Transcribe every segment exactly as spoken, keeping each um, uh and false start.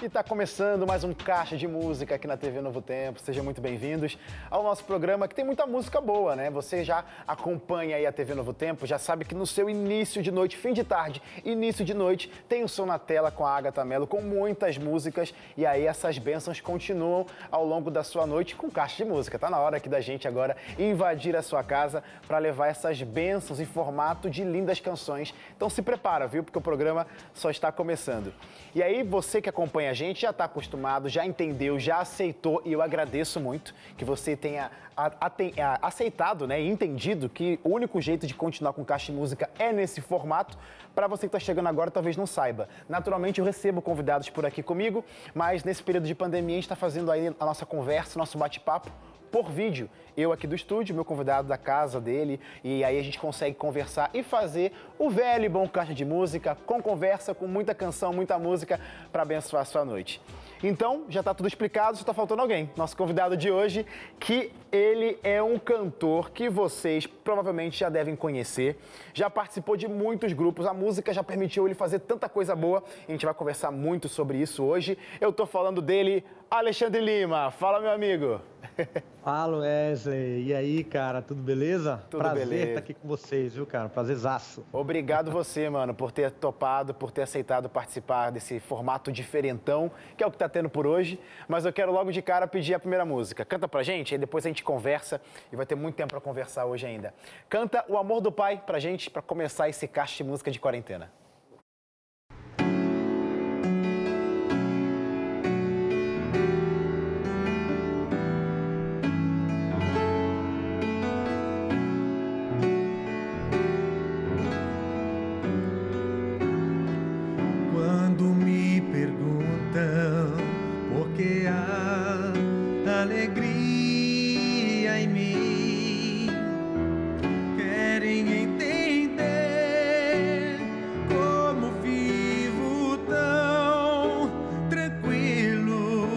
E está começando mais um Caixa de Música aqui na T V Novo Tempo. Sejam muito bem-vindos ao nosso programa que tem muita música boa, né? Você já acompanha aí a T V Novo Tempo, já sabe que no seu início de noite, fim de tarde, início de noite, tem o Som na Tela com a Agatha Mello, com muitas músicas. E aí essas bênçãos continuam ao longo da sua noite com Caixa de Música. Tá na hora aqui da gente agora invadir a sua casa para levar essas bênçãos em formato de lindas canções. Então se prepara, viu? Porque o programa só está começando. E aí você que acompanha a gente já está acostumado, já entendeu, já aceitou, e eu agradeço muito que você tenha a, a, a, aceitado, né, e entendido que o único jeito de continuar com Caixa de Música é nesse formato. Para você que está chegando agora, talvez não saiba. Naturalmente, eu recebo convidados por aqui comigo, mas nesse período de pandemia a gente está fazendo aí a nossa conversa, nosso bate-papo por vídeo. Eu aqui do estúdio, meu convidado da casa dele, e aí a gente consegue conversar e fazer o velho e bom Caixa de Música, com conversa, com muita canção, muita música, para abençoar a sua noite. Então, já está tudo explicado, só está faltando alguém. Nosso convidado de hoje, que ele é um cantor que vocês provavelmente já devem conhecer, já participou de muitos grupos, a música já permitiu ele fazer tanta coisa boa, a gente vai conversar muito sobre isso hoje. Eu estou falando dele, Alexandre Lima. Fala, meu amigo. Fala, Wesley. E aí, cara, tudo beleza? Tudo Prazer beleza. estar aqui com vocês, viu, cara? Prazerzaço. Obrigado você, mano, por ter topado, por ter aceitado participar desse formato diferentão, que é o que tá tendo por hoje. Mas eu quero logo de cara pedir a primeira música. Canta pra gente, aí depois a gente conversa e vai ter muito tempo pra conversar hoje ainda. Canta O Amor do Pai pra gente, pra começar esse Caixa de Música de quarentena. Alegria em mim, querem entender como vivo tão tranquilo.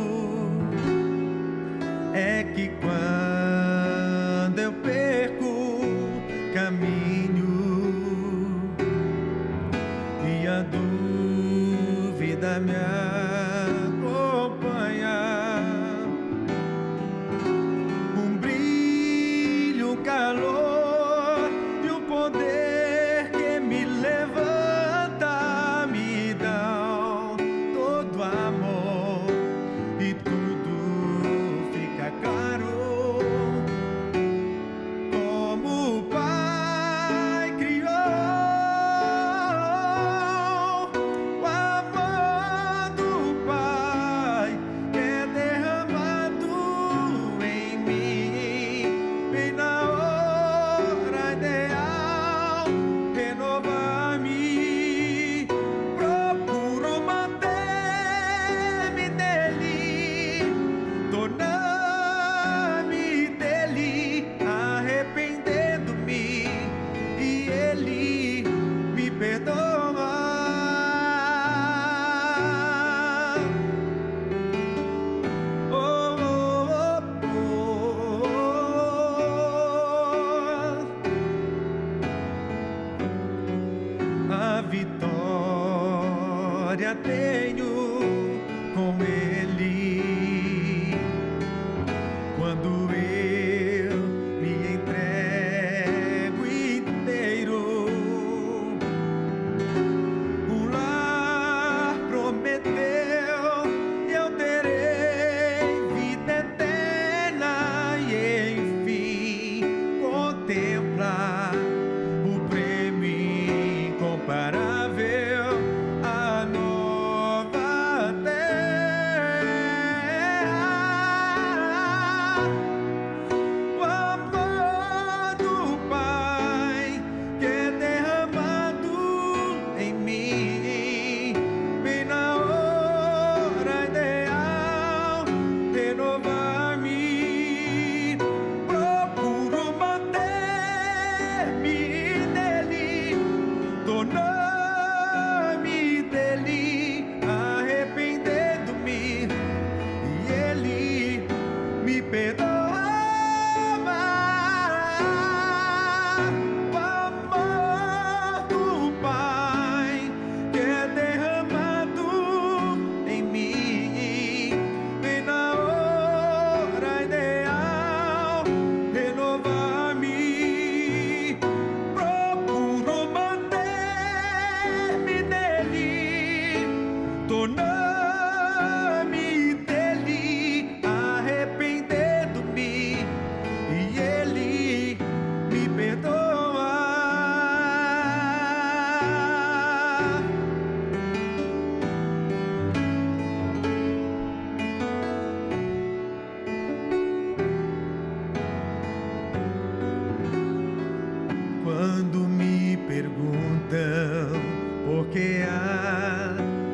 É que quando eu perco caminho e a dúvida me tenho com Ele quando eu me entrego inteiro. Um lar prometeu, eu terei vida eterna e enfim contemplar o prêmio incomparável. Me Quando me perguntam por que há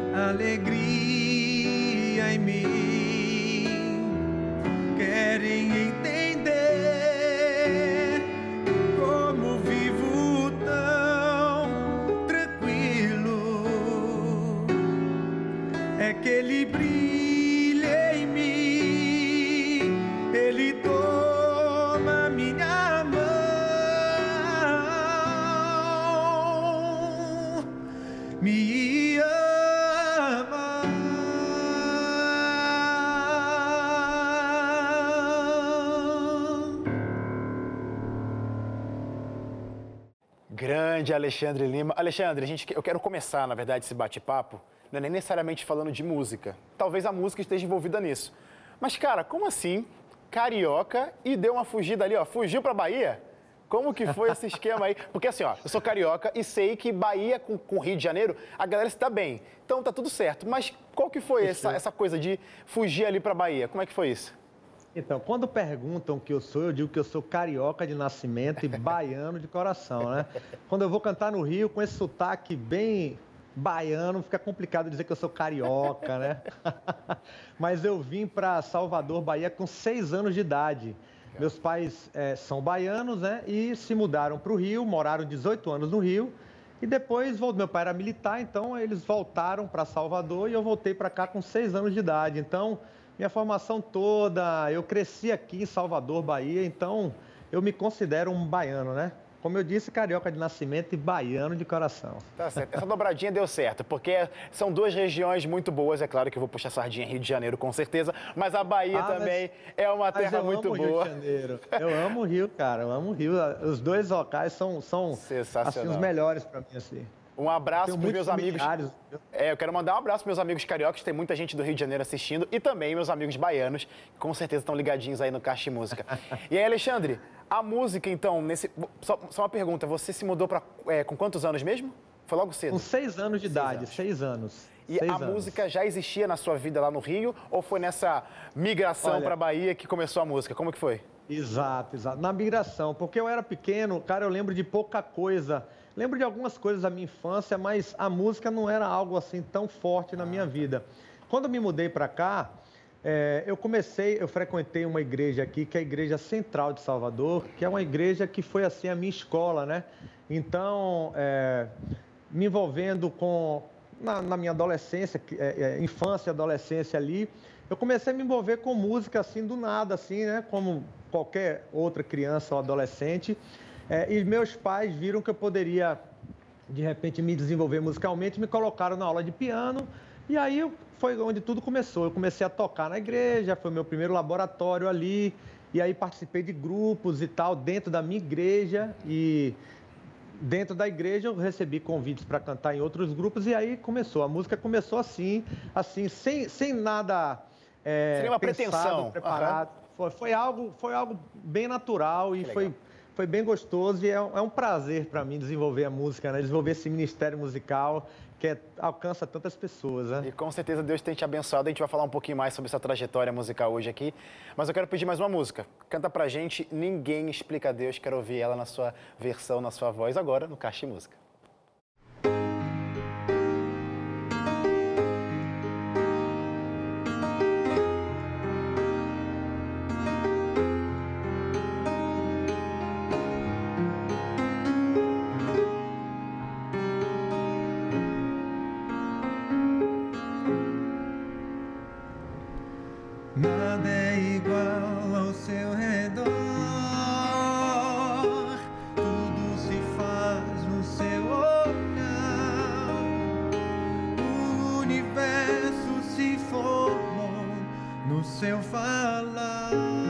alegria em mim, querem entender como vivo tão tranquilo. É que Ele brilha em mim, Ele toma minha mão, me ama. Grande Alexandre Lima. Alexandre, a gente, eu quero começar, na verdade, esse bate-papo, não é nem necessariamente falando de música. Talvez a música esteja envolvida nisso. Mas, cara, como assim, carioca, e deu uma fugida ali, ó, fugiu pra Bahia? Como que foi esse esquema aí? Porque assim, ó, eu sou carioca e sei que Bahia com, com Rio de Janeiro, a galera se dá bem. Então tá tudo certo. Mas qual que foi essa, essa coisa de fugir ali pra Bahia? Como é que foi isso? Então, quando perguntam o que eu sou, eu digo que eu sou carioca de nascimento e baiano de coração, né? Quando eu vou cantar no Rio com esse sotaque bem baiano, fica complicado dizer que eu sou carioca, né? Mas eu vim para Salvador, Bahia, com seis anos de idade. Meus pais é, são baianos, né? E se mudaram para o Rio, moraram dezoito anos no Rio. E depois, meu pai era militar, então eles voltaram para Salvador e eu voltei para cá com seis anos de idade. Então, minha formação toda, eu cresci aqui em Salvador, Bahia, então eu me considero um baiano, né? Como eu disse, carioca de nascimento e baiano de coração. Tá certo. Essa dobradinha deu certo, porque são duas regiões muito boas. É claro que eu vou puxar sardinha Rio de Janeiro, com certeza, mas a Bahia ah, também mas, é uma terra muito boa. Eu amo Rio de Janeiro. Eu amo o Rio, cara. Eu amo o Rio. Os dois locais são, são assim, os melhores para mim, assim. Um abraço para os meus amigos. É, eu quero mandar um abraço para meus amigos cariocas, tem muita gente do Rio de Janeiro assistindo, e também meus amigos baianos, que com certeza estão ligadinhos aí no Caixa de Música. E aí, Alexandre, a música, então, nesse... só, só uma pergunta, você se mudou para é, com quantos anos mesmo? Foi logo cedo? Com seis anos de seis idade, anos. seis anos. E seis a anos. música já existia na sua vida lá no Rio, ou foi nessa migração para a Bahia que começou a música? Como que foi? Exato, exato. Na migração, porque eu era pequeno, cara, eu lembro de pouca coisa. Lembro de algumas coisas da minha infância, mas a música não era algo assim tão forte na minha vida. Quando eu me mudei para cá, é, eu comecei, eu frequentei uma igreja aqui, que é a Igreja Central de Salvador, que é uma igreja que foi assim a minha escola, né? Então, é, me envolvendo com, na, na minha adolescência, é, é, infância e adolescência ali, eu comecei a me envolver com música assim do nada, assim, né? Como qualquer outra criança ou adolescente. É, e meus pais viram que eu poderia, de repente, me desenvolver musicalmente, me colocaram na aula de piano, e aí foi onde tudo começou. Eu comecei a tocar na igreja, foi meu primeiro laboratório ali, e aí participei de grupos e tal, dentro da minha igreja, e dentro da igreja eu recebi convites para cantar em outros grupos, e aí começou. A música começou assim, assim, sem, sem nada é, sem uma pensado, pretensão. Preparado. Uhum. Foi, foi, algo, foi algo bem natural e foi... Foi bem gostoso e é um, é um prazer para mim desenvolver a música, né? Desenvolver esse ministério musical que é, alcança tantas pessoas, né? E com certeza Deus tem te abençoado. A gente vai falar um pouquinho mais sobre essa trajetória musical hoje aqui. Mas eu quero pedir mais uma música. Canta pra gente Ninguém Explica Deus. Quero ouvir ela na sua versão, na sua voz, agora no Caixa de Música. Nada é igual ao seu redor, tudo se faz no seu olhar, o universo se formou no seu falar.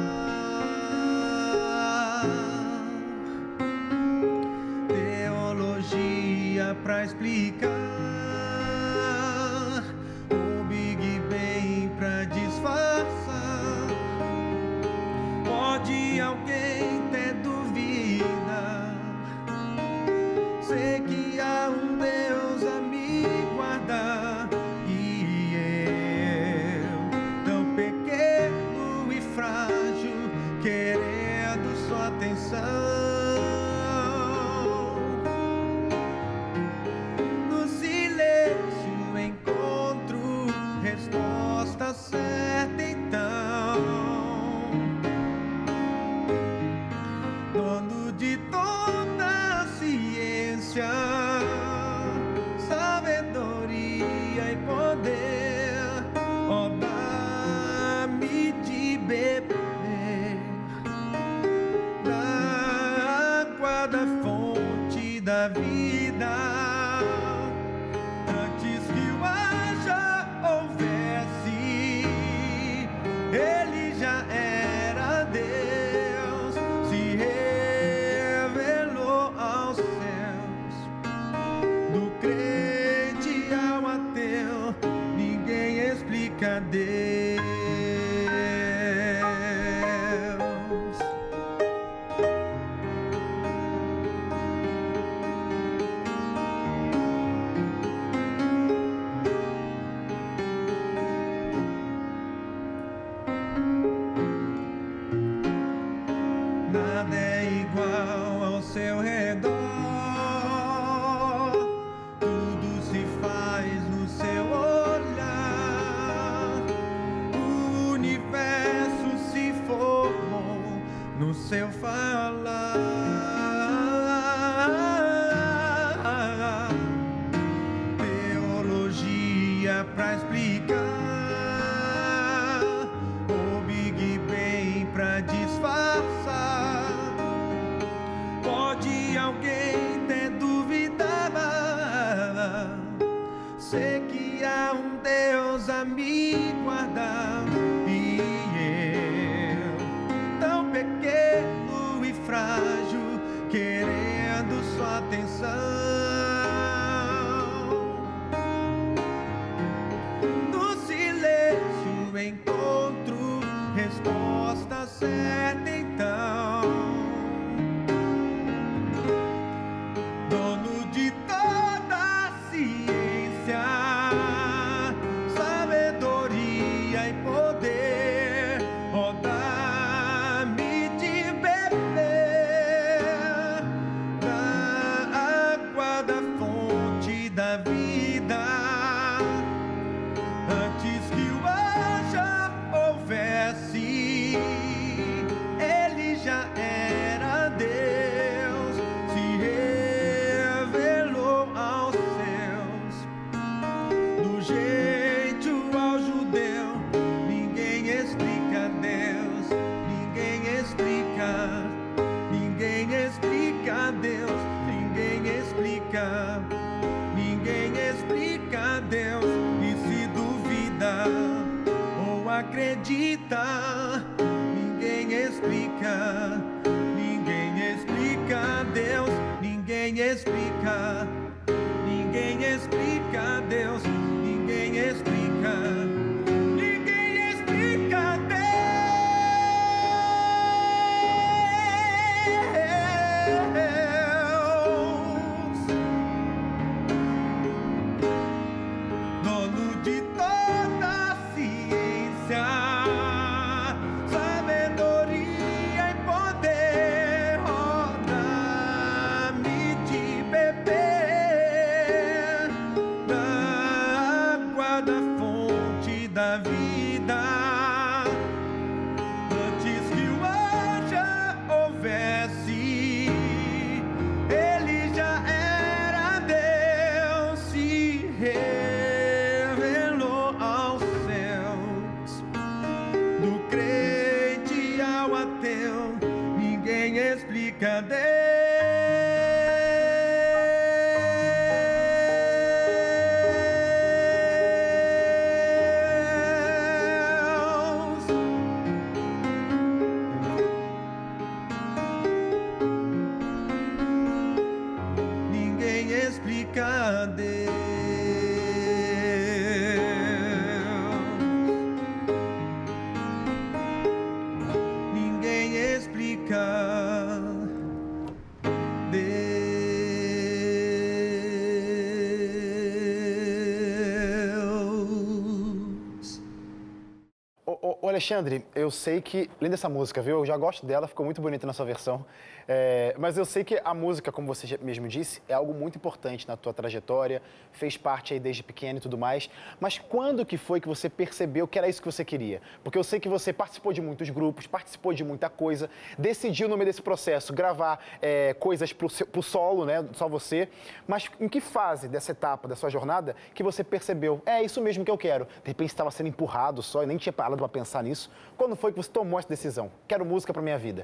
Teologia pra explicar, o Big Bang pra disfarçar. Pode alguém ter dúvida? Sei que há um Deus a me guardar, e eu, tão pequeno e frágil, querendo sua atenção. fonte da vida. Antes que o haja houvesse, ele já era Deus, se revelou aos céus. Do crente ao ateu, ninguém explica Deus. Nada é igual ao seu redor, tudo se faz no seu olhar. O universo se formou no seu falar. Teologia pra explicar, o Big Bang pra disfarçar. Pode alguém ter duvidado? Sei que há um Deus a me guardar, e eu, tão pequeno e frágil, querendo sua atenção. No silêncio encontro resposta certa, então. Dono de toda a ciência, sabedoria e poder, ó, dá-me de beber da água da fonte da vida. Antes que o haja houvesse, ele já era Deus, se revelou aos céus. Do jeito ao judeu, ninguém explica Deus, ninguém explica, ninguém explica Deus, ninguém explica, ninguém explica Deus. E se duvida ou acredita, ninguém explica, ninguém explica Deus, ninguém explica, ninguém explica Deus, ninguém explica, ninguém explica Deus. Dono de toda a ciência, sabedoria e poder, ó, dá-me de beber da água da fonte da vida. Antes que o haja houvesse, ele já era Deus, se revelou aos céus. Do crente ao ateu, ninguém explica Deus. Ninguém explica Deus. Ninguém explica Deus. Ô, ô, ô, Alexandre, eu sei que, linda essa música, viu? Eu já gosto dela, ficou muito bonita na sua versão. É, mas eu sei que a música, como você já mesmo disse, é algo muito importante na tua trajetória, fez parte aí desde pequeno e tudo mais. Mas quando que foi que você percebeu que era isso que você queria? Porque eu sei que você participou de muitos grupos, participou de muita coisa, decidiu no meio desse processo gravar é, coisas pro, seu, pro solo, né? Só você. Mas em que fase dessa etapa, da sua jornada, que você percebeu, é isso mesmo que eu quero? De repente estava sendo empurrado só e nem tinha parado para pensar nisso. Quando foi que você tomou essa decisão? Quero música para minha vida.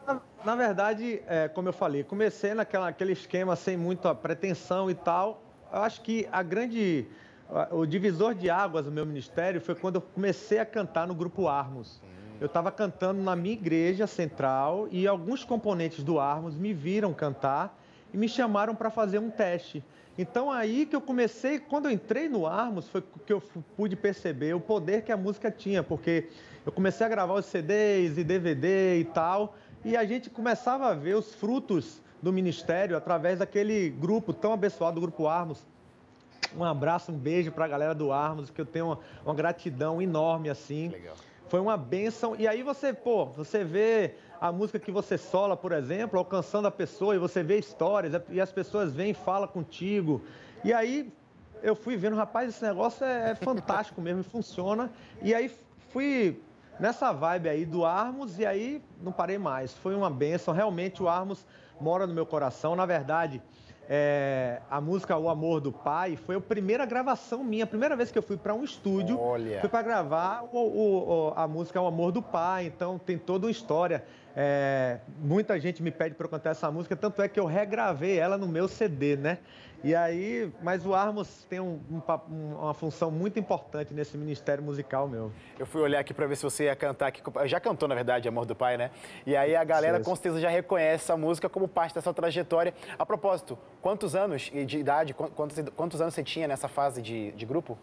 Na, na verdade, é, como eu falei, comecei naquela, naquele esquema sem muita pretensão e tal. Eu acho que a grande, o divisor de águas do meu ministério foi quando eu comecei a cantar no Grupo Armos. Eu estava cantando na minha igreja central e alguns componentes do Armos me viram cantar e me chamaram para fazer um teste. Então aí que eu comecei, quando eu entrei no Armos, foi que eu pude perceber o poder que a música tinha, porque eu comecei a gravar os C Ds e D V D e tal, e a gente começava a ver os frutos do ministério através daquele grupo tão abençoado do Grupo Armos. Um abraço, um beijo para a galera do Armos, que eu tenho uma, uma gratidão enorme, assim. Legal. Foi uma bênção. E aí você, pô, você vê a música que você sola, por exemplo, alcançando a pessoa, e você vê histórias, e as pessoas vêm e falam contigo. E aí eu fui vendo, rapaz, esse negócio é, é fantástico mesmo, e funciona. E aí fui nessa vibe aí do Armos, e aí não parei mais. Foi uma bênção. Realmente o Armos mora no meu coração. Na verdade, é, a música O Amor do Pai foi a primeira gravação minha, a primeira vez que eu fui para um estúdio. Olha. Fui para gravar o, o, o, a música O Amor do Pai, então tem toda uma história. É, muita gente me pede para eu cantar essa música, tanto é que eu regravei ela no meu C D, né? E aí, mas o Armos tem um, um, uma função muito importante nesse ministério musical meu. Eu fui olhar aqui para ver se você ia cantar aqui. Já cantou, na verdade, Amor do Pai, né? E aí a galera com certeza já reconhece essa música como parte dessa trajetória. A propósito, quantos anos de idade, quantos, quantos anos você tinha nessa fase de, de grupo?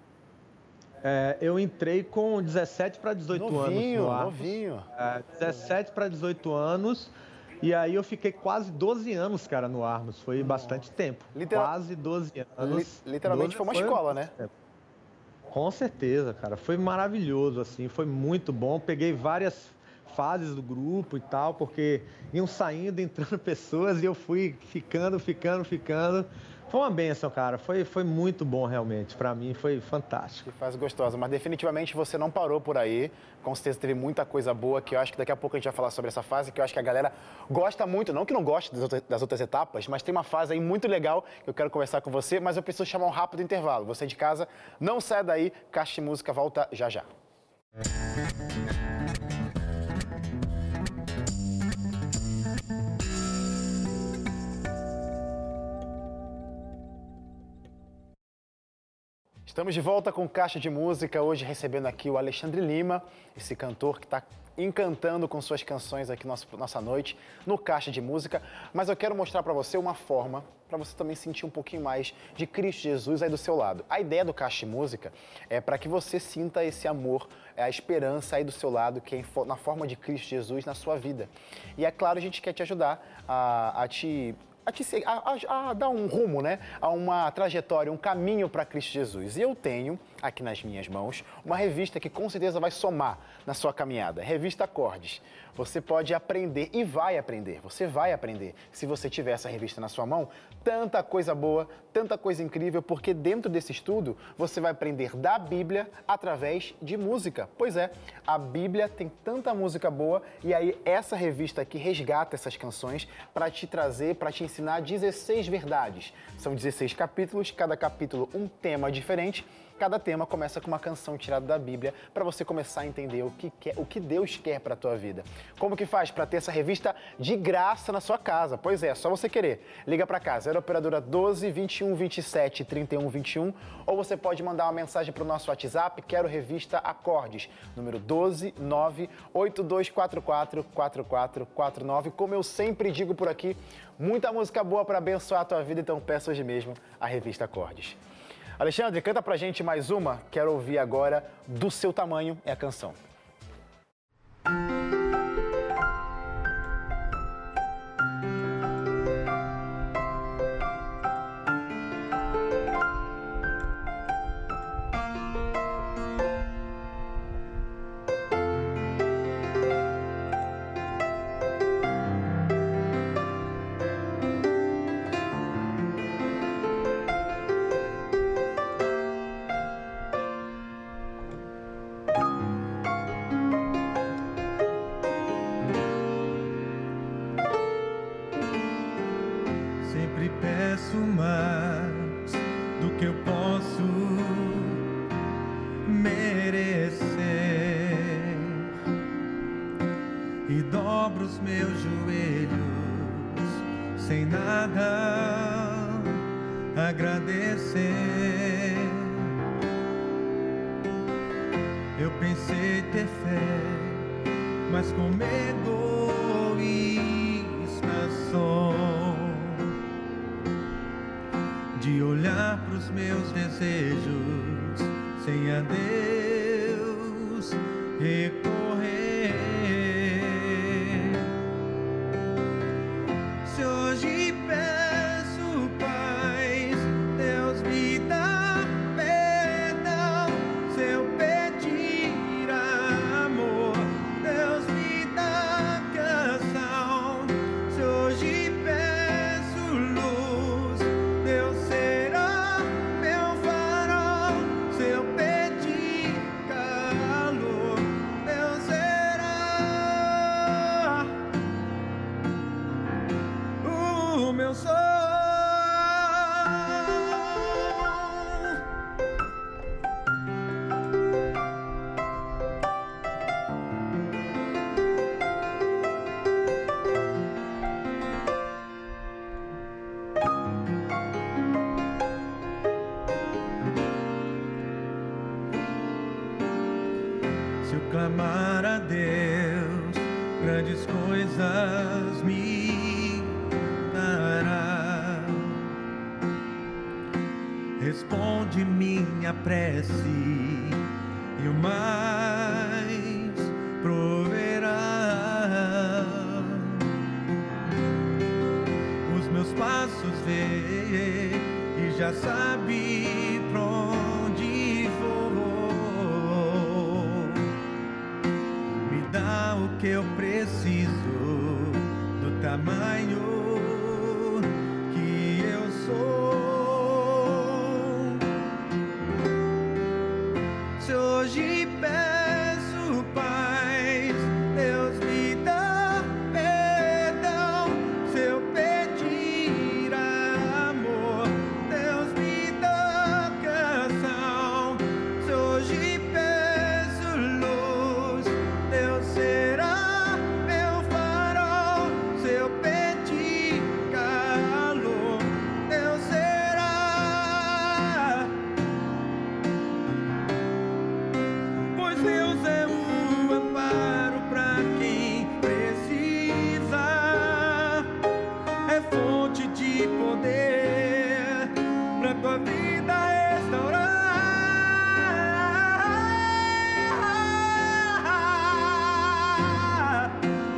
É, eu entrei com dezessete para dezoito novinho, anos no Armos. Novinho, é, dezessete para dezoito anos. E aí eu fiquei quase doze anos, cara, no Armos. Foi bastante tempo. Literal... Quase doze anos. Literalmente foi uma escola, né? Tempo. Com certeza, cara. Foi maravilhoso, assim. Foi muito bom. Peguei várias fases do grupo e tal, porque iam saindo, entrando pessoas e eu fui ficando, ficando, ficando. Foi uma bênção, cara. Foi, foi muito bom, realmente. Pra mim, foi fantástico. Que fase gostosa. Mas definitivamente você não parou por aí. Com certeza teve muita coisa boa, que eu acho que daqui a pouco a gente vai falar sobre essa fase, que eu acho que a galera gosta muito. Não que não goste das outras, das outras etapas, mas tem uma fase aí muito legal que eu quero conversar com você, mas eu preciso chamar um rápido intervalo. Você de casa, não saia daí. Caixa de Música volta já já. Estamos de volta com Caixa de Música, hoje recebendo aqui o Alexandre Lima, esse cantor que está encantando com suas canções aqui nossa, nossa noite no Caixa de Música. Mas eu quero mostrar para você uma forma para você também sentir um pouquinho mais de Cristo Jesus aí do seu lado. A ideia do Caixa de Música é para que você sinta esse amor, a esperança aí do seu lado, que é na forma de Cristo Jesus na sua vida. E é claro, a gente quer te ajudar a, a te... A, te, a, a, a dar um rumo, né? A uma trajetória, um caminho para Cristo Jesus. E eu tenho aqui nas minhas mãos uma revista que com certeza vai somar na sua caminhada. Revista Acordes. Você pode aprender e vai aprender. Você vai aprender. Se você tiver essa revista na sua mão, tanta coisa boa, tanta coisa incrível, porque dentro desse estudo você vai aprender da Bíblia através de música. Pois é, a Bíblia tem tanta música boa e aí essa revista aqui resgata essas canções para te trazer, para te ensinar dezesseis verdades. São dezesseis capítulos, cada capítulo um tema diferente. Cada tema começa com uma canção tirada da Bíblia para você começar a entender o que, quer, o que Deus quer para a tua vida. Como que faz para ter essa revista de graça na sua casa? Pois é, só você querer. Liga para cá, zero operadora doze, vinte e um, vinte e sete, trinta e um, vinte e um, ou você pode mandar uma mensagem para o nosso WhatsApp, quero revista Acordes, número doze, nove, oito dois quatro quatro, quatro quatro quatro nove. Como eu sempre digo por aqui, muita música boa para abençoar a tua vida, então peça hoje mesmo a revista Acordes. Alexandre, canta pra gente mais uma. Quero ouvir agora Do Seu Tamanho é a canção. dobro os meus joelhos, sem nada agradecer. Eu pensei ter fé, mas como egoísta sou, de olhar pros meus desejos, sem a Deus recorrer. Se hoje peço paz, Deus me dá perdão. Se eu pedir amor, Deus me dá canção. Se hoje peço luz, Deus será meu farol. Se eu pedir calor, Deus será o meu sol. Se eu clamar a Deus, grandes coisas me dará. Responde minha prece e o mais proverá. Os meus passos vê e já sabe pra onde vou. Me dá o que eu preciso, do tamanho que eu sou. Se hoje peço paz, Deus me dá perdão. Se eu pedir amor, Deus me dá canção. Se hoje peço luz, Deus será meu farol. Se eu pedir calor, Deus será. Pois Deus é o amparo pra quem precisa, é fonte de poder pra tua vida restaurar.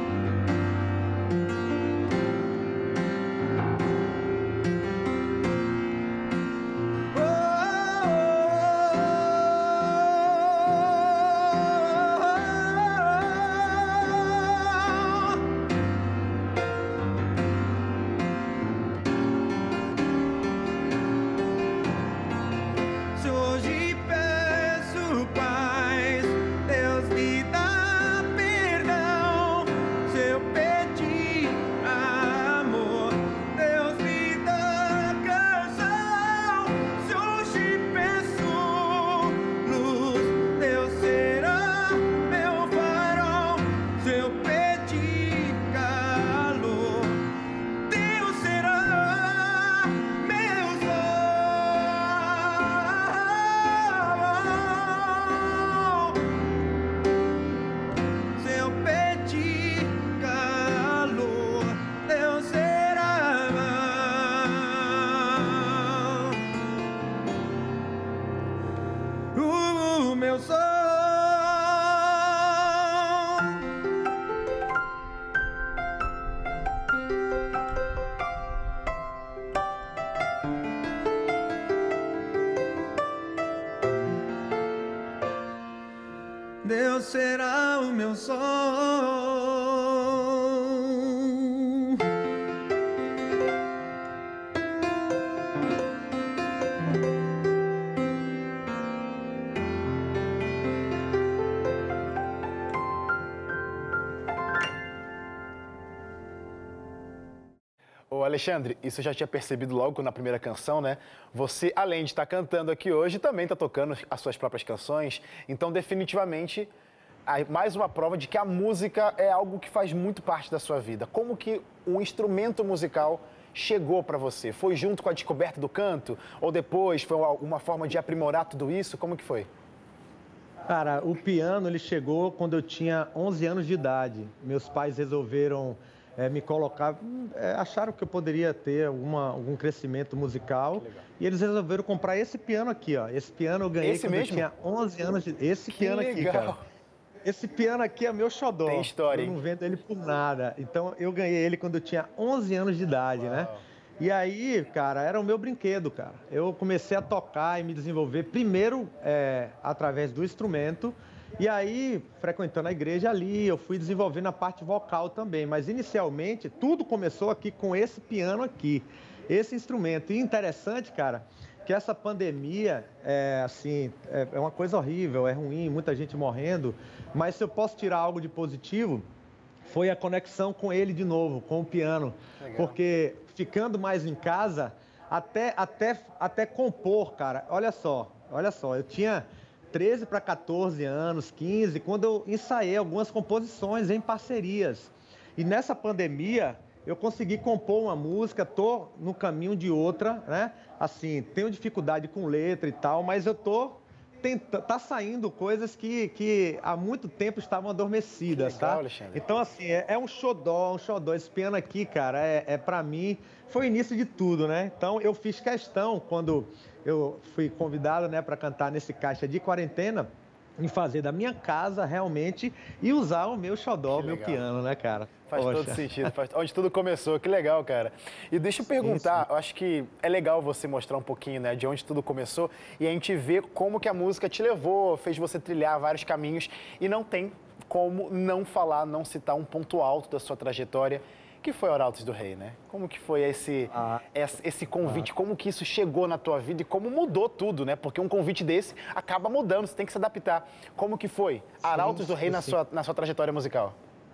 Se hoje peço paz, Deus me dá perdão. Se eu pedir amor, Deus me dá canção. Se hoje peço luz, Deus será meu farol. Se eu pedir calor, Deus será meu sol. Se eu pedir calor, Deus será o meu sol. Deus será o meu sol. Ô Alexandre, isso eu já tinha percebido logo na primeira canção, né? Você, além de estar cantando aqui hoje, também está tocando as suas próprias canções. Então, definitivamente, mais uma prova de que a música é algo que faz muito parte da sua vida. Como que um instrumento musical chegou para você? Foi junto com a descoberta do canto? Ou depois foi uma forma de aprimorar tudo isso? Como que foi? Cara, o piano ele chegou quando eu tinha onze anos de idade. Meus pais resolveram é, me colocar, é, acharam que eu poderia ter alguma, algum crescimento musical. E eles resolveram comprar esse piano aqui, ó. Esse piano eu ganhei esse quando mesmo? eu tinha onze anos de idade. Esse que piano legal. aqui, cara. Esse piano aqui é meu xodó. Tem história, hein? Eu não vendo ele por nada. Então eu ganhei ele quando eu tinha onze anos de idade, Uau. né? E aí, cara, era o meu brinquedo, cara. Eu comecei a tocar e me desenvolver primeiro é, através do instrumento. E aí, frequentando a igreja ali, eu fui desenvolvendo a parte vocal também. Mas inicialmente, tudo começou aqui com esse piano aqui, esse instrumento. E interessante, cara, que essa pandemia é assim, é, é uma coisa horrível, é ruim, muita gente morrendo. Mas se eu posso tirar algo de positivo, foi a conexão com ele de novo, com o piano. Legal. Porque ficando mais em casa, até, até, até compor, cara, olha só, olha só, eu tinha treze para quatorze anos, quinze, quando eu ensaiei algumas composições em parcerias. E nessa pandemia, eu consegui compor uma música, tô no caminho de outra, né? Assim, tenho dificuldade com letra e tal, mas eu tô Tenta, tá saindo coisas que, que há muito tempo estavam adormecidas, legal, tá? Alexandre. Então, assim, é, é um xodó, um xodó. Esse piano aqui, cara, é, é pra mim, foi o início de tudo, né? Então, eu fiz questão, quando eu fui convidado, né, pra cantar nesse Caixa de Quarentena, em fazer da minha casa, realmente, e usar o meu xodó, o meu piano, né, cara? Faz Poxa. todo sentido, faz... onde tudo começou, que legal, cara. E deixa eu perguntar, sim, sim. Eu acho que é legal você mostrar um pouquinho, né, de onde tudo começou e a gente ver como que a música te levou, fez você trilhar vários caminhos e não tem como não falar, não citar um ponto alto da sua trajetória, que foi Arautos do Rei, né? Como que foi esse, ah. esse convite, ah. como que isso chegou na tua vida e como mudou tudo, né? Porque um convite desse acaba mudando, você tem que se adaptar. Como que foi Arautos do Rei na sua, na sua trajetória musical?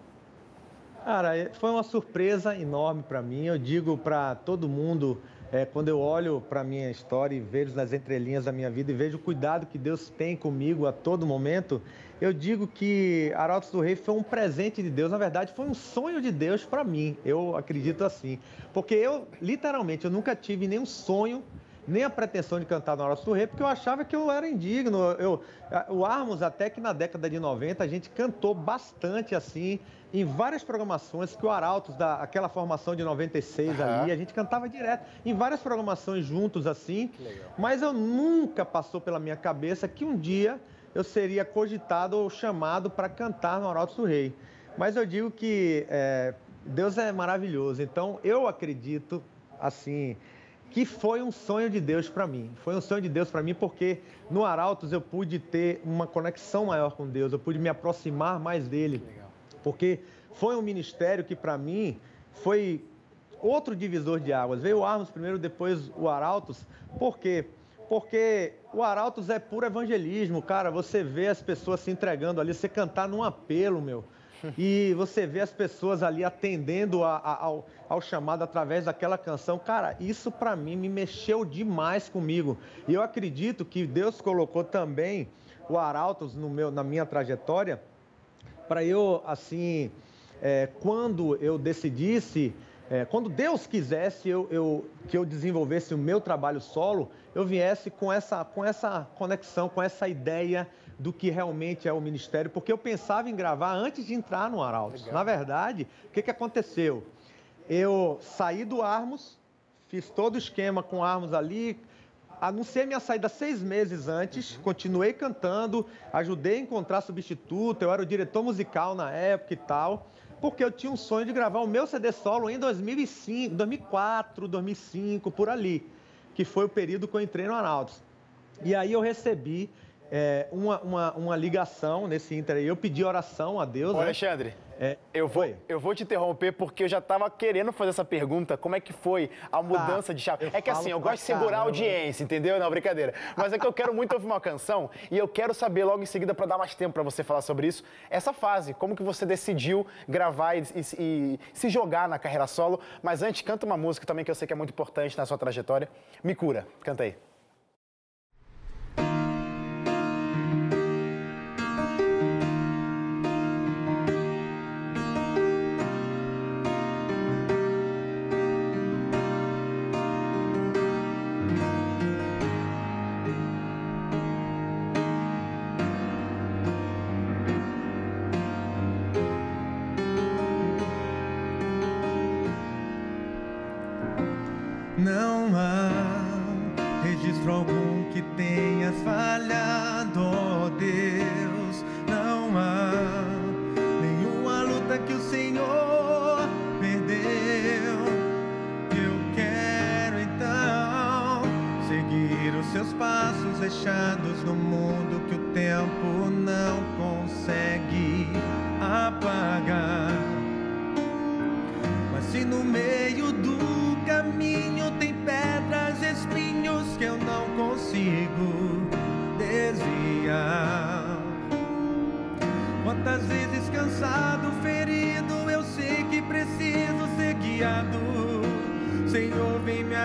Cara, foi uma surpresa enorme para mim. Eu digo para todo mundo, é, quando eu olho para a minha história e vejo nas entrelinhas da minha vida e vejo o cuidado que Deus tem comigo a todo momento, eu digo que Arautos do Rei foi um presente de Deus. Na verdade, foi um sonho de Deus para mim. Eu acredito assim. Porque eu, literalmente, eu nunca tive nenhum sonho, nem a pretensão de cantar no Arautos do Rei, porque eu achava que eu era indigno. Eu, o Armos, até que na década de noventa, a gente cantou bastante assim, em várias programações, que o Arautos, da, aquela formação de noventa e seis uhum. ali, a gente cantava direto, em várias programações juntos assim, mas eu nunca passou pela minha cabeça que um dia eu seria cogitado ou chamado para cantar no Arautos do Rei. Mas eu digo que é, Deus é maravilhoso, então eu acredito, assim, que foi um sonho de Deus para mim. Foi um sonho de Deus para mim porque no Arautos eu pude ter uma conexão maior com Deus, eu pude me aproximar mais dele. Legal. Porque foi um ministério que para mim foi outro divisor de águas. Veio o Armos primeiro, depois o Arautos. Por quê? Porque o Arautos é puro evangelismo, cara. Você vê as pessoas se entregando ali, você cantar num apelo, meu. E você vê as pessoas ali atendendo a, a, ao, ao chamado através daquela canção. Cara, isso para mim me mexeu demais comigo. E eu acredito que Deus colocou também o Arautos no meu, na minha trajetória para eu, assim, é, quando eu decidisse, é, quando Deus quisesse eu, eu, que eu desenvolvesse o meu trabalho solo, eu viesse com essa, com essa conexão, com essa ideia do que realmente é o ministério, porque eu pensava em gravar antes de entrar no Arautos. Legal. Na verdade, o que, que aconteceu? Eu saí do Armos, fiz todo o esquema com o Armos ali, anunciei minha saída seis meses antes, uhum. continuei cantando, ajudei a encontrar substituto, eu era o diretor musical na época e tal, porque eu tinha um sonho de gravar o meu C D solo em dois mil e cinco, dois mil e quatro, dois mil e cinco, por ali, que foi o período que eu entrei no Arautos. E aí eu recebi é, uma, uma, uma ligação nesse ínter aí, eu pedi oração a Deus. Ô, né? Alexandre, é, eu, vou, eu vou te interromper porque eu já estava querendo fazer essa pergunta, como é que foi a mudança tá, de chave? É que assim, eu gosto de segurar caramba. a audiência, entendeu? Não, brincadeira. Mas é que eu quero muito ouvir uma canção e eu quero saber logo em seguida, para dar mais tempo para você falar sobre isso, essa fase, como que você decidiu gravar e, e, e se jogar na carreira solo. Mas antes, canta uma música também que eu sei que é muito importante na sua trajetória. Me Cura, canta aí. há registro algum que tenhas falhado, ó Deus. Não há nenhuma luta que o Senhor perdeu. Eu quero então seguir os seus passos, deixados no mundo que o tempo não consegue apagar. Mas se no meio do caminho tem pedras, espinhos que eu não consigo desviar, quantas vezes cansado, ferido, eu sei que preciso ser guiado. Senhor, vem me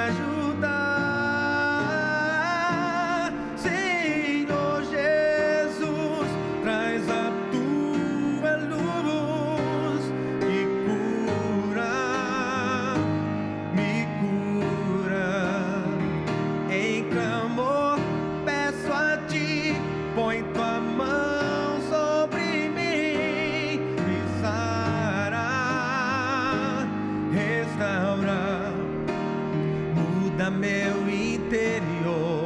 ajudar. Senhor Jesus, traz a tua luz e cura, me cura. Em clamor peço a ti, põe tua mão sobre mim e sara, restaura, muda meu interior,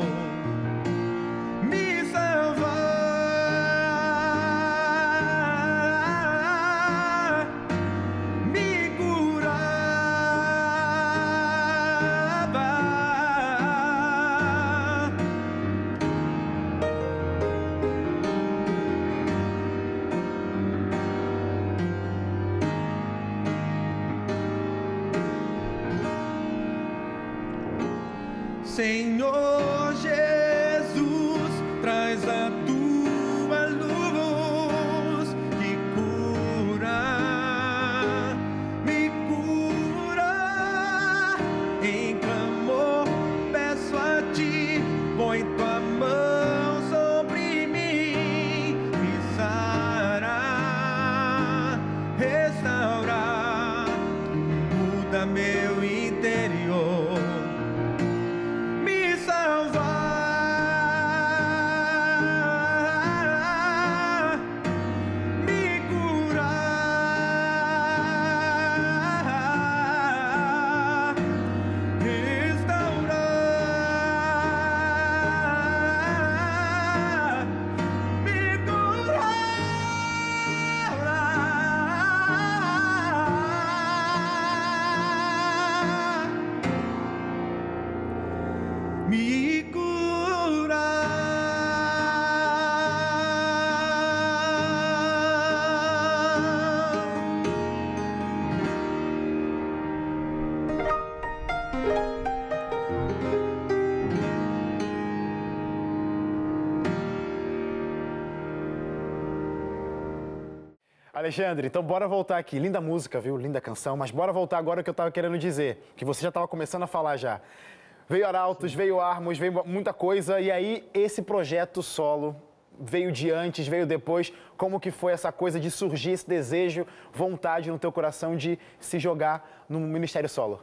me salvar, me curar. Senhor Jesus, traz a tua luz que cura, me cura. Em clamor peço a ti, põe tua mão sobre mim, me sara, restaura, muda meu interior, me salvar, me curar, restaurar, me curar, me Alexandre, então bora voltar aqui. Linda música, viu? Linda canção, mas bora voltar agora ao que eu estava querendo dizer, que você já estava começando a falar já. Veio Arautos, veio Armos, veio muita coisa, e aí esse projeto solo veio de antes, veio depois. Como que foi essa coisa de surgir esse desejo, vontade no teu coração de se jogar no ministério solo?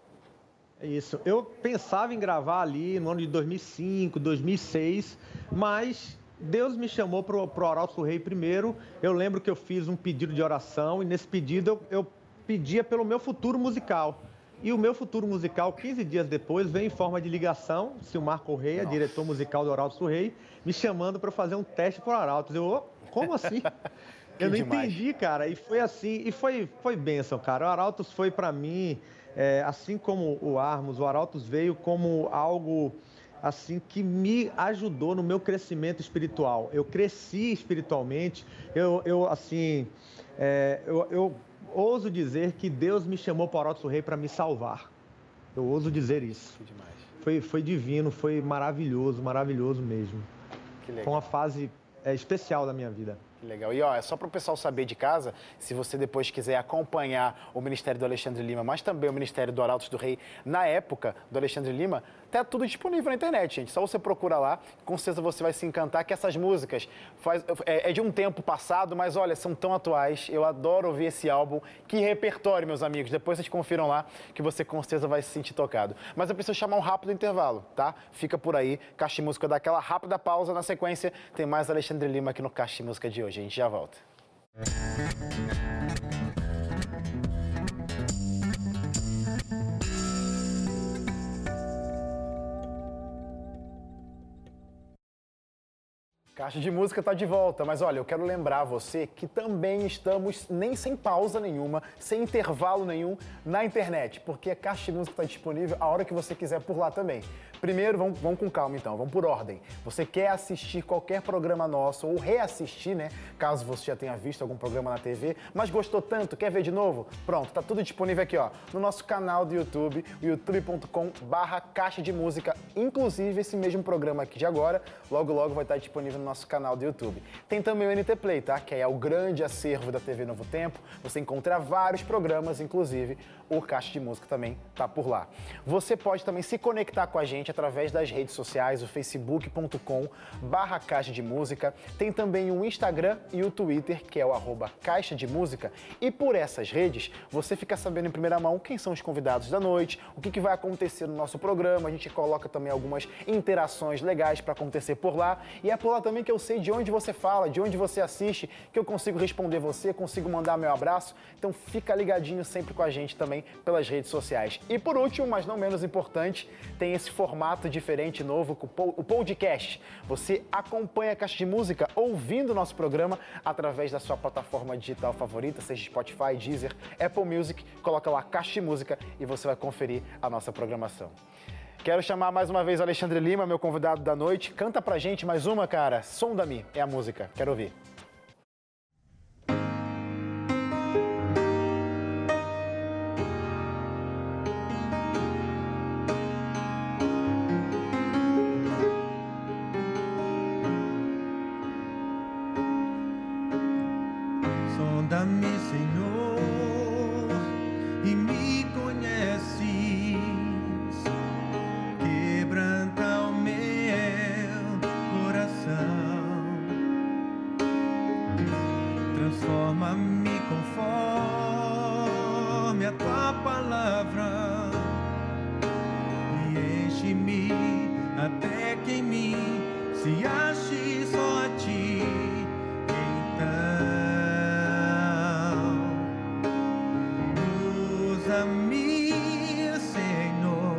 É isso. Eu pensava em gravar ali no ano de dois mil e cinco, dois mil e seis, mas Deus me chamou para o Arautos do Rei primeiro. Eu lembro que eu fiz um pedido de oração e nesse pedido eu, eu pedia pelo meu futuro musical. E o meu futuro musical, quinze dias depois, veio em forma de ligação, Silmar Correia, Nossa. diretor musical do Arautos do Rei, me chamando para fazer um teste para o Arautos. Eu, oh, como assim? Eu não demais. entendi, cara. E foi assim, e foi, foi bênção, cara. O Arautos foi para mim, é, assim como o Armos, o Arautos veio como algo assim que me ajudou no meu crescimento espiritual. Eu cresci espiritualmente, eu, eu assim, é, eu, eu ouso dizer que Deus me chamou para o Arautos do Rei para me salvar. Eu ouso dizer isso. Que demais. Foi, foi divino, foi maravilhoso, maravilhoso mesmo. Que legal. Foi uma fase é, especial da minha vida. Que legal. E ó, é só para o pessoal saber de casa, se você depois quiser acompanhar o Ministério do Alexandre Lima, mas também o Ministério do Arautos do Rei, na época do Alexandre Lima, tá tudo disponível na internet, gente. Só você procura lá, com certeza você vai se encantar que essas músicas faz, é, é de um tempo passado, mas olha, são tão atuais. Eu adoro ouvir esse álbum. Que repertório, meus amigos. Depois vocês confiram lá que você com certeza vai se sentir tocado. Mas eu preciso chamar um rápido intervalo, tá? Fica por aí. Caixa de Música dá aquela rápida pausa. Na sequência, tem mais Alexandre Lima aqui no Caixa de Música de hoje. A gente já volta. Caixa de Música está de volta, mas olha, eu quero lembrar você que também estamos nem sem pausa nenhuma, sem intervalo nenhum na internet, porque a Caixa de Música está disponível a hora que você quiser por lá também. Primeiro, vamos, vamos com calma então, vamos por ordem. Você quer assistir qualquer programa nosso ou reassistir, né? Caso você já tenha visto algum programa na T V, mas gostou tanto, quer ver de novo? Pronto, tá tudo disponível aqui, ó, no nosso canal do YouTube, youtube ponto com barra Caixa de Música. Inclusive, esse mesmo programa aqui de agora, logo logo vai estar disponível no nosso canal do YouTube. Tem também o N T Play, tá? Que é o grande acervo da T V Novo Tempo. Você encontra vários programas, inclusive o Caixa de Música também tá por lá. Você pode também se conectar com a gente através das redes sociais, o facebook ponto com barra Caixa de Música. Tem também o Instagram e o Twitter, que é o arroba Caixa de Música. E por essas redes, você fica sabendo em primeira mão quem são os convidados da noite, o que, que vai acontecer no nosso programa. A gente coloca também algumas interações legais para acontecer por lá. E é por lá também que eu sei de onde você fala, de onde você assiste, que eu consigo responder você, consigo mandar meu abraço. Então fica ligadinho sempre com a gente também pelas redes sociais. E por último, mas não menos importante, tem esse formato diferente, novo, o podcast. Você acompanha a Caixa de Música ouvindo o nosso programa através da sua plataforma digital favorita, seja Spotify, Deezer, Apple Music, coloca lá Caixa de Música e você vai conferir a nossa programação. Quero chamar mais uma vez o Alexandre Lima, meu convidado da noite. Canta pra gente mais uma, cara. Sonda-me é a música. Quero ouvir. Sonda-me, Senhor, e me conheces. Quebranta o meu coração, transforma-me conforme a tua palavra e enche-me até que em mim se ache só a ti. Usa-me, Senhor,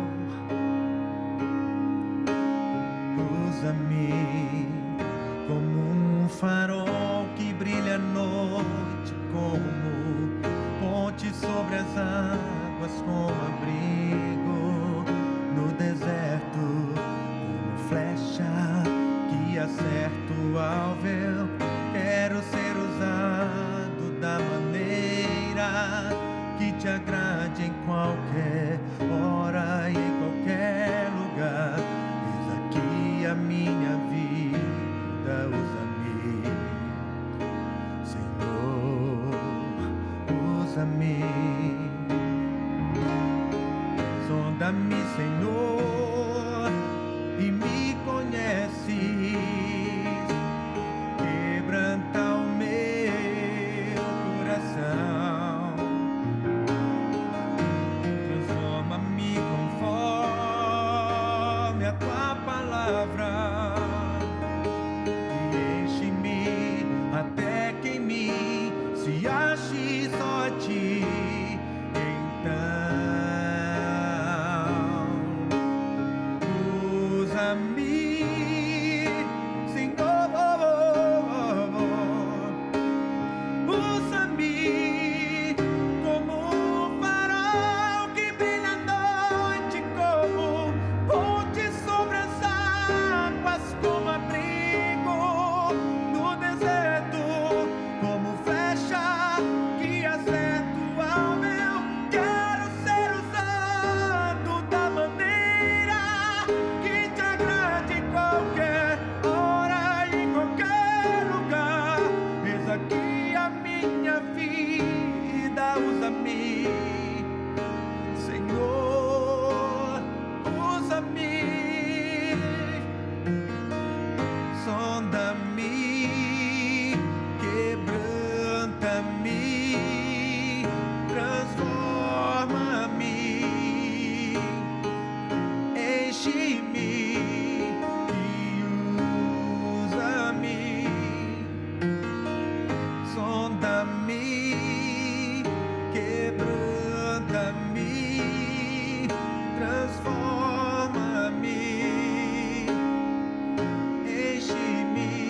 usa-me como um farol que brilha à noite, como ponte sobre as águas, como abrigo no deserto, como flecha que acerta o alvo. Quero ser usado da maneira que te agrade em qualquer hora e em qualquer lugar. Eis aqui a minha vida, usa-me, Senhor, usa-me. Sonda-me, Senhor, e me conheces. Quebranta o meu coração, transforma-me conforme a tua palavra e enche-me até que em mim se ache só a ti. Então usa-me, usa-me como um farol que brilha à noite, como ponte sobre as águas, como abrigo no deserto, como flecha que acerta o alvo. Eu quero ser usado da maneira que te agrade em qualquer hora e em qualquer lugar. Eis aqui a minha vida, usa-me, Senhor, usa-me. Sonda-me, quebranta-me, transforma-me, enche-me e usa-me. Sonda-me, quebranta-me, transforma-me, enche-me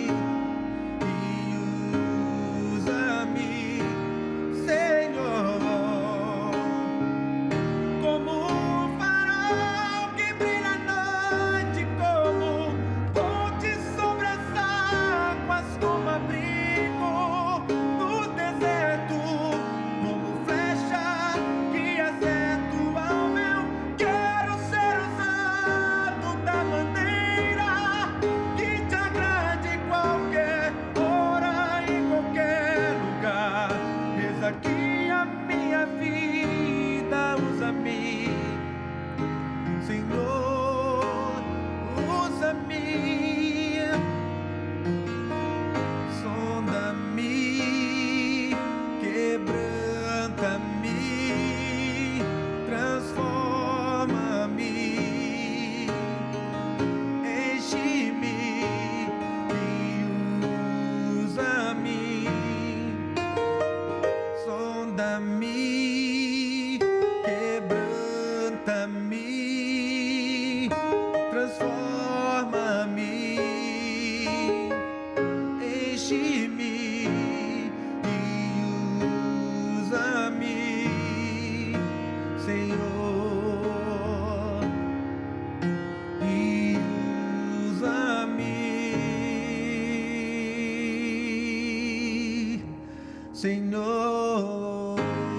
Senhor.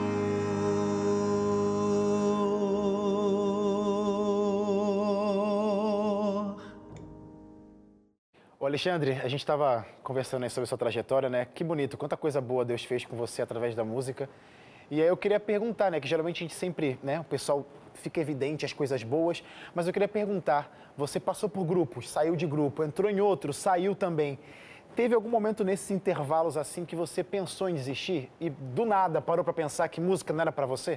Ô Alexandre, a gente estava conversando aí sobre a sua trajetória, né? Que bonito, quanta coisa boa Deus fez com você através da música. E aí eu queria perguntar, né? Que geralmente a gente sempre, né? O pessoal fica evidente as coisas boas, mas eu queria perguntar, você passou por grupos, saiu de grupo, entrou em outro, saiu também. Teve algum momento nesses intervalos assim que você pensou em desistir e do nada parou para pensar que música não era para você?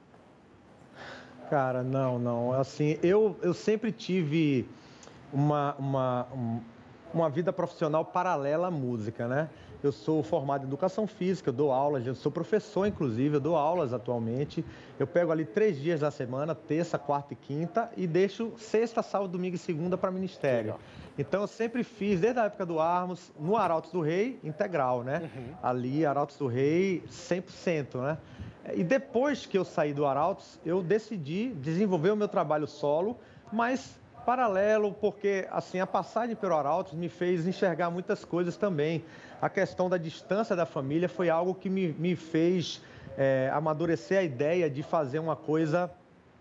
Cara, não, não. Assim, eu, eu sempre tive uma, uma, um, uma vida profissional paralela à música, né? Eu sou formado em educação física, eu dou aulas, eu sou professor, inclusive, eu dou aulas atualmente. Eu pego ali três dias da semana, terça, quarta e quinta, e deixo sexta, sábado, domingo e segunda para ministério. Então, eu sempre fiz, desde a época do Armos, no Arautos do Rei, integral, né? Uhum. Ali, Arautos do Rei, cem por cento, né? E depois que eu saí do Arautos, eu decidi desenvolver o meu trabalho solo, mas paralelo, porque assim, a passagem pelo Arautos me fez enxergar muitas coisas também. A questão da distância da família foi algo que me, me fez é, amadurecer a ideia de fazer uma coisa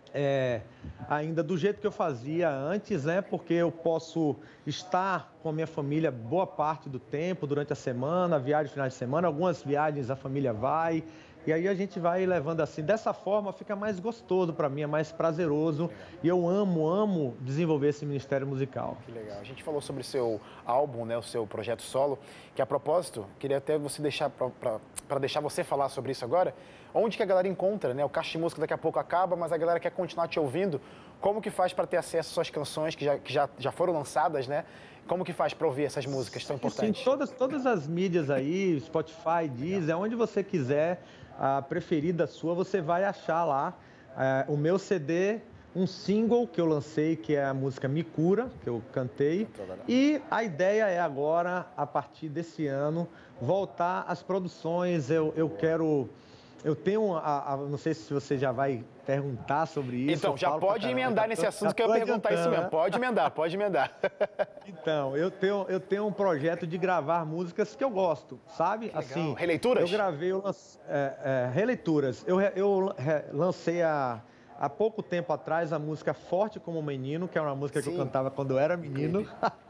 é, ainda do jeito que eu fazia antes, né? Porque eu posso estar com a minha família boa parte do tempo, durante a semana, viagem finais de semana, algumas viagens a família vai. E aí a gente vai levando assim, dessa forma fica mais gostoso para mim, é mais prazeroso. E eu amo, amo desenvolver esse ministério musical. Que legal. A gente falou sobre o seu álbum, né, o seu projeto solo, que a propósito, queria até você deixar para deixar você falar sobre isso agora. Onde que a galera encontra, né? O Caixa de Música daqui a pouco acaba, mas a galera quer continuar te ouvindo. Como que faz para ter acesso às suas canções que já, que já, já foram lançadas, né? Como que faz para ouvir essas músicas tão importantes? Sim, todas, todas as mídias aí, Spotify, Deezer, onde você quiser, a preferida sua, você vai achar lá é, o meu C D, um single que eu lancei, que é a música Me Cura, que eu cantei. E a ideia é agora, a partir desse ano, voltar às produções. Eu, eu quero... Eu tenho, a, a, não sei se você já vai perguntar sobre isso. Então, já pode emendar nesse assunto que eu ia perguntar isso mesmo. Pode emendar, pode emendar. Então, eu tenho, eu tenho um projeto de gravar músicas que eu gosto, sabe? Assim, releituras? Eu gravei, eu lance, é, é, releituras. Eu, eu lancei há, há pouco tempo atrás a música Forte Como Menino, que é uma música Sim. que eu cantava quando eu era menino.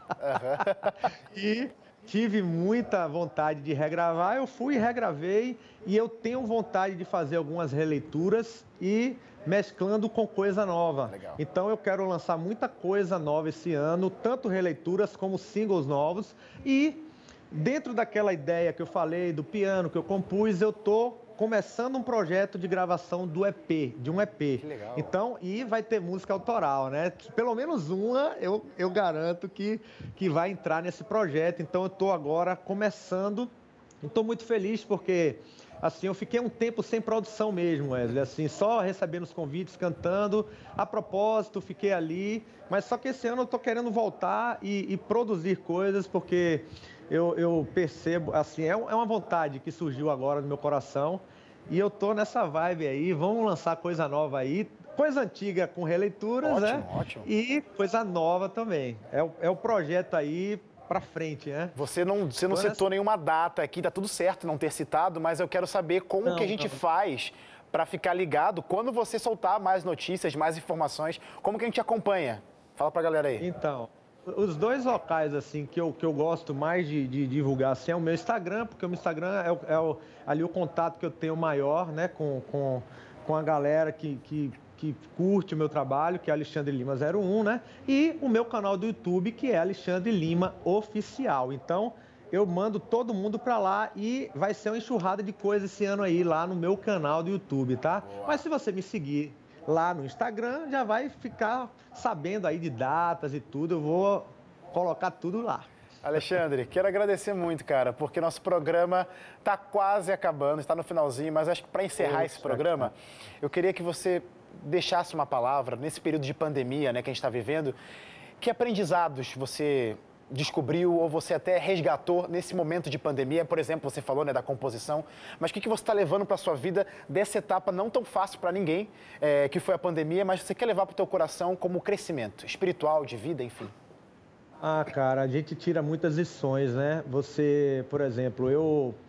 Uhum. E... tive muita vontade de regravar, eu fui e regravei e eu tenho vontade de fazer algumas releituras e mesclando com coisa nova. Legal. Então eu quero lançar muita coisa nova esse ano, tanto releituras como singles novos. E dentro daquela ideia que eu falei do piano que eu compus, eu tô começando um projeto de gravação do E P, de um E P. Que legal. Então, e vai ter música autoral, né? Pelo menos uma, eu, eu garanto que, que vai entrar nesse projeto. Então, eu estou agora começando. Estou muito feliz porque, assim, eu fiquei um tempo sem produção mesmo, Wesley. Assim, só recebendo os convites, cantando. A propósito, fiquei ali. Mas só que esse ano eu estou querendo voltar e, e produzir coisas, porque... Eu, eu percebo, assim, é uma vontade que surgiu agora no meu coração e eu tô nessa vibe aí, vamos lançar coisa nova aí, coisa antiga com releituras, ótimo, né? Ótimo. E coisa nova também. É o, é o projeto aí pra frente, né? Você não, você não citou nessa... nenhuma data aqui, tá tudo certo não ter citado, mas eu quero saber como não, que a gente não. faz para ficar ligado quando você soltar mais notícias, mais informações, como que a gente acompanha? Fala pra galera aí. Então... Os dois locais assim que eu, que eu gosto mais de, de divulgar assim, é o meu Instagram, porque o meu Instagram é, o, é o, ali o contato que eu tenho maior, né, com, com, com a galera que, que, que curte o meu trabalho, que é Alexandre Lima zero um, né? E o meu canal do YouTube, que é Alexandre Lima Oficial. Então, eu mando todo mundo para lá e vai ser uma enxurrada de coisas esse ano aí, lá no meu canal do YouTube, tá? Boa. Mas se você me seguir lá no Instagram, já vai ficar sabendo aí de datas e tudo, eu vou colocar tudo lá. Alexandre, quero agradecer muito, cara, porque nosso programa está quase acabando, está no finalzinho, mas acho que para encerrar Poxa, esse programa, eu queria que você deixasse uma palavra, nesse período de pandemia, né, que a gente está vivendo, que aprendizados você descobriu ou você até resgatou nesse momento de pandemia? Por exemplo, você falou, né, da composição, mas o que, que você está levando para a sua vida dessa etapa não tão fácil para ninguém, é, que foi a pandemia, mas você quer levar para o teu coração como crescimento espiritual, de vida, enfim? Ah, cara, a gente tira muitas lições, né? Você, por exemplo, eu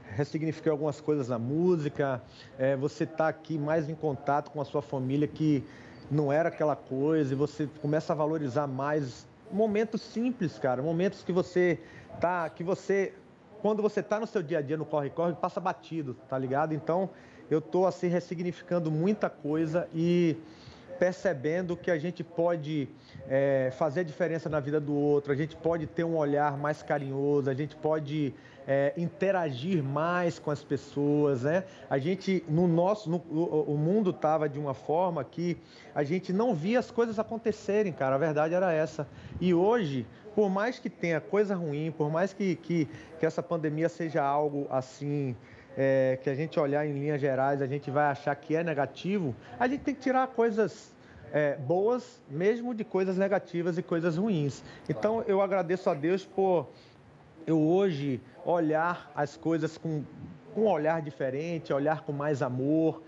ressignifiquei algumas coisas na música, é, você está aqui mais em contato com a sua família que não era aquela coisa, e você começa a valorizar mais momentos simples, cara, momentos que você tá, que você, quando você tá no seu dia a dia, no corre-corre, passa batido, tá ligado? Então, eu tô assim ressignificando muita coisa e percebendo que a gente pode é, fazer a diferença na vida do outro, a gente pode ter um olhar mais carinhoso, a gente pode é, interagir mais com as pessoas, né? A gente, no nosso, no, o, o mundo estava de uma forma que a gente não via as coisas acontecerem, cara, a verdade era essa. E hoje, por mais que tenha coisa ruim, por mais que, que, que essa pandemia seja algo assim... É, que a gente olhar em linhas gerais, a gente vai achar que é negativo, a gente tem que tirar coisas é, boas, mesmo de coisas negativas e coisas ruins. Então, eu agradeço a Deus por eu hoje olhar as coisas com, com um olhar diferente, olhar com mais amor,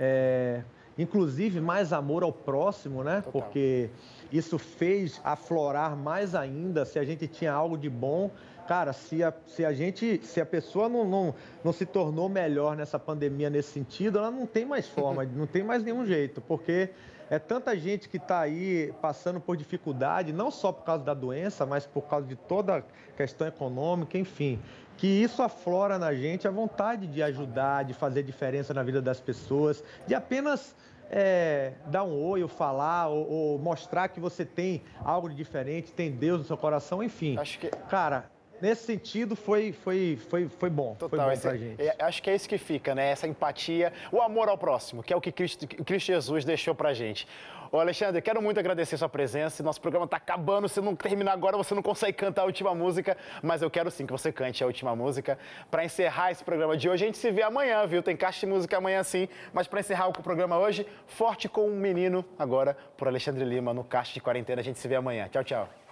é, inclusive mais amor ao próximo, né? Total. Porque isso fez aflorar mais ainda, se a gente tinha algo de bom. Cara, se a, se a gente, se a pessoa não, não, não se tornou melhor nessa pandemia nesse sentido, ela não tem mais forma, não tem mais nenhum jeito, porque é tanta gente que está aí passando por dificuldade, não só por causa da doença, mas por causa de toda a questão econômica, enfim, que isso aflora na gente a vontade de ajudar, de fazer diferença na vida das pessoas, de apenas... É, dar um oi, ou falar, ou, ou mostrar que você tem algo de diferente, tem Deus no seu coração, enfim. Acho que... Cara, nesse sentido foi, foi, foi, foi bom, Total, foi bom esse, pra gente. é, acho que é isso que fica, né? Essa empatia, o amor ao próximo, que é o que Cristo, o Cristo Jesus deixou pra gente. Ô Alexandre, quero muito agradecer sua presença. Nosso programa tá acabando, se não terminar agora, você não consegue cantar a última música, mas eu quero sim que você cante a última música. Para encerrar esse programa de hoje, a gente se vê amanhã, viu? Tem caixa de música amanhã sim, mas para encerrar o programa hoje, Forte com um Menino, agora por Alexandre Lima no Caixa de Quarentena. A gente se vê amanhã. Tchau, tchau.